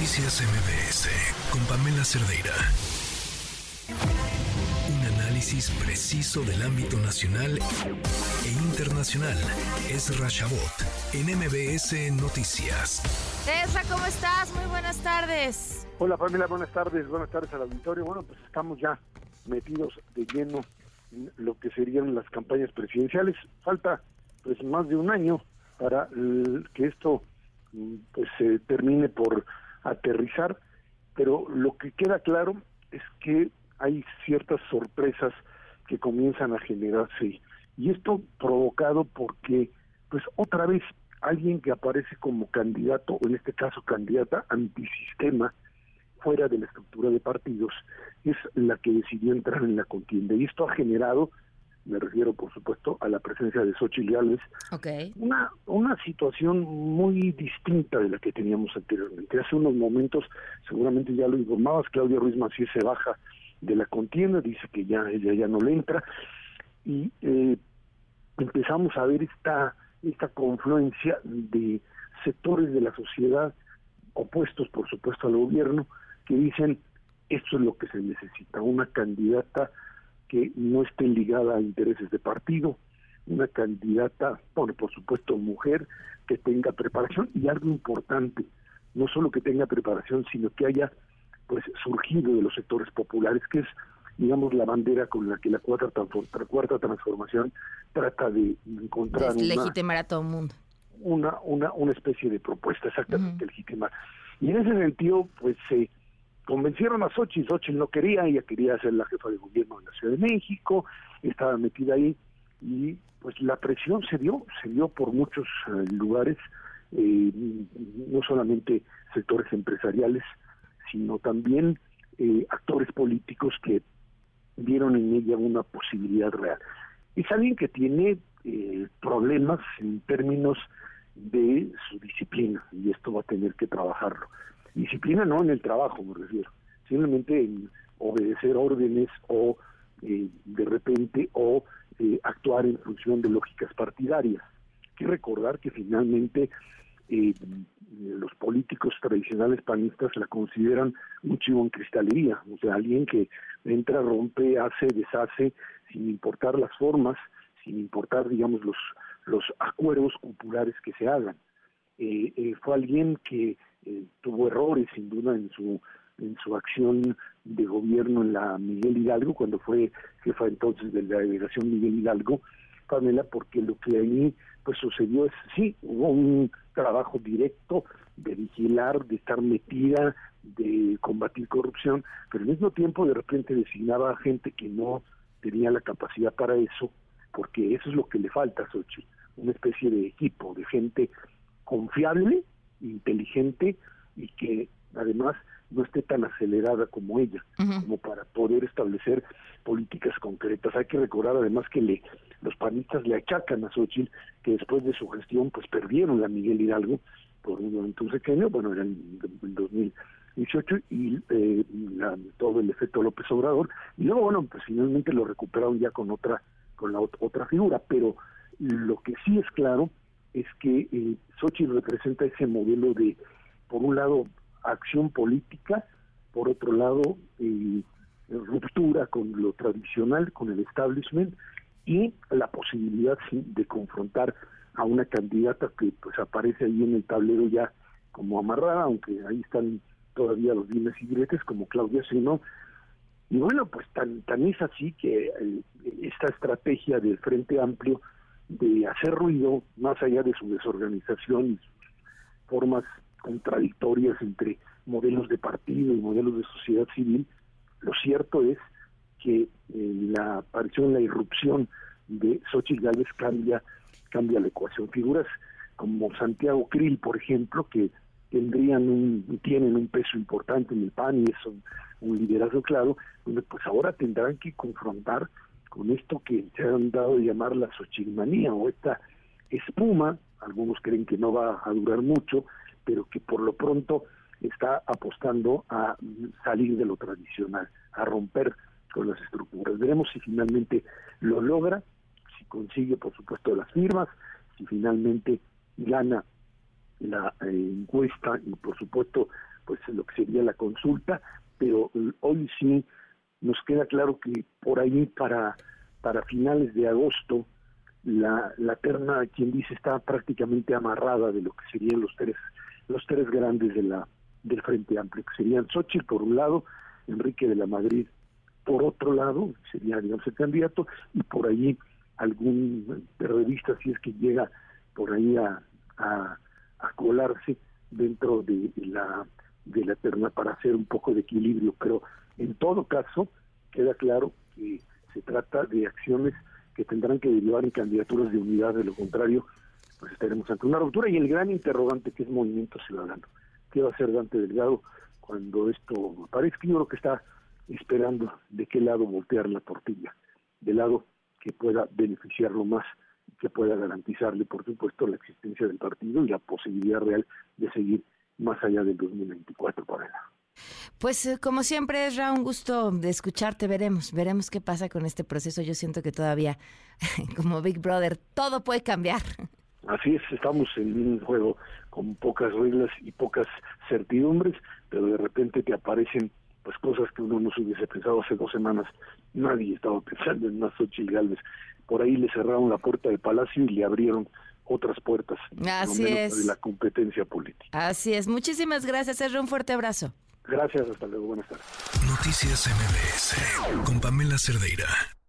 Noticias MBS con Pamela Cerdeira. Un análisis preciso del ámbito nacional e internacional. Ezra Shabot en MBS Noticias. Ezra, ¿cómo estás? Muy buenas tardes. Hola Pamela, buenas tardes al auditorio. Bueno, pues estamos ya metidos de lleno en lo que serían las campañas presidenciales. Falta pues más de un año para que esto pues se termine por aterrizar, pero lo que queda claro es que hay ciertas sorpresas que comienzan a generarse, y esto provocado porque pues otra vez alguien que aparece como candidato, o en este caso candidata antisistema, fuera de la estructura de partidos, es la que decidió entrar en la contienda, y esto ha generado, me refiero por supuesto a la presencia de Xóchitl Gálvez, una situación muy distinta de la que teníamos anteriormente. Hace unos momentos, seguramente ya lo informabas, Claudia Ruiz Massieu se baja de la contienda, dice que ya ella ya no le entra, y empezamos a ver esta confluencia de sectores de la sociedad opuestos por supuesto al gobierno, que dicen esto es lo que se necesita, una candidata que no esté ligada a intereses de partido, una candidata, bueno, por supuesto mujer, que tenga preparación, y algo importante, no solo que tenga preparación, sino que haya pues surgido de los sectores populares, que es, digamos, la bandera con la que la cuarta transformación trata de encontrar legitimar a todo el mundo. Una especie de propuesta exactamente legitimar. Y en ese sentido, pues se convencieron a Xóchitl. Xóchitl no quería, ella quería ser la jefa de gobierno de la Ciudad de México, estaba metida ahí, y pues la presión se dio por muchos lugares, no solamente sectores empresariales, sino también actores políticos que vieron en ella una posibilidad real. Es alguien que tiene problemas en términos de su disciplina, y esto va a tener que trabajarlo. Disciplina no en el trabajo, me refiero, simplemente en obedecer órdenes o de repente actuar en función de lógicas partidarias. Hay que recordar que finalmente los políticos tradicionales panistas la consideran un chivo en cristalería, o sea, alguien que entra, rompe, hace, deshace, sin importar las formas, sin importar, digamos, los acuerdos populares que se hagan. Fue alguien que tuvo errores, sin duda, en su acción de gobierno en la Miguel Hidalgo, cuando fue jefa entonces de la delegación Miguel Hidalgo, Pamela, porque lo que ahí pues sucedió es, sí, hubo un trabajo directo de vigilar, de estar metida, de combatir corrupción, pero al mismo tiempo de repente designaba a gente que no tenía la capacidad para eso, porque eso es lo que le falta a Xóchitl, una especie de equipo, de gente confiable, inteligente, y que además no esté tan acelerada como ella, como para poder establecer políticas concretas. Hay que recordar además que los panistas le achacan a Xóchitl que después de su gestión pues perdieron la Miguel Hidalgo por un sexenio, bueno, era en 2018, y todo el efecto López Obrador, y luego, bueno, pues finalmente lo recuperaron ya con la otra figura, pero lo que sí es claro es que Xóchitl representa ese modelo de, por un lado, acción política, por otro lado, ruptura con lo tradicional, con el establishment, y la posibilidad de confrontar a una candidata que pues aparece ahí en el tablero ya como amarrada, aunque ahí están todavía los dimes y diretes, como Claudia Sheinbaum. Y bueno, pues tan es así que esta estrategia del Frente Amplio de hacer ruido, más allá de su desorganización y sus formas contradictorias entre modelos de partido y modelos de sociedad civil, lo cierto es que la aparición, la irrupción de Xóchitl Gálvez cambia la ecuación. Figuras como Santiago Krill, por ejemplo, que tienen un peso importante en el PAN y es un liderazgo claro, donde pues ahora tendrán que confrontar con esto que se han dado de llamar la xochitmanía, o esta espuma. Algunos creen que no va a durar mucho, pero que por lo pronto está apostando a salir de lo tradicional, a romper con las estructuras. Veremos si finalmente lo logra, si consigue, por supuesto, las firmas, si finalmente gana la encuesta y, por supuesto, pues lo que sería la consulta, pero hoy sí nos queda claro que por ahí para finales de agosto la terna, quien dice, está prácticamente amarrada de lo que serían los tres grandes del Frente Amplio, que serían Xóchitl por un lado, Enrique de la Madrid por otro lado, sería, digamos, el candidato, y por ahí algún periodista, si es que llega por ahí a colarse dentro de la terna para hacer un poco de equilibrio, pero en todo caso queda claro que se trata de acciones que tendrán que derivar en candidaturas de unidad, de lo contrario pues estaremos ante una ruptura. Y el gran interrogante, que es Movimiento Ciudadano, ¿qué va a hacer Dante Delgado cuando esto aparezca? Yo creo que está esperando de qué lado voltear la tortilla, del lado que pueda beneficiarlo más, que pueda garantizarle, por supuesto, la existencia del partido y la posibilidad real de seguir más allá del 2024 para él. Pues como siempre, Esra, un gusto de escucharte. Veremos qué pasa con este proceso. Yo siento que todavía, como Big Brother, todo puede cambiar. Así es, estamos en un juego con pocas reglas y pocas certidumbres, pero de repente te aparecen pues cosas que uno no se hubiese pensado hace 2 semanas. Nadie estaba pensando en una Xóchitl Gálvez. Por ahí le cerraron la puerta del Palacio y le abrieron otras puertas. Así es. De la competencia política. Así es. Muchísimas gracias, Esra. Un fuerte abrazo. Gracias, hasta luego. Buenas tardes. Noticias MBS con Pamela Cerdeira.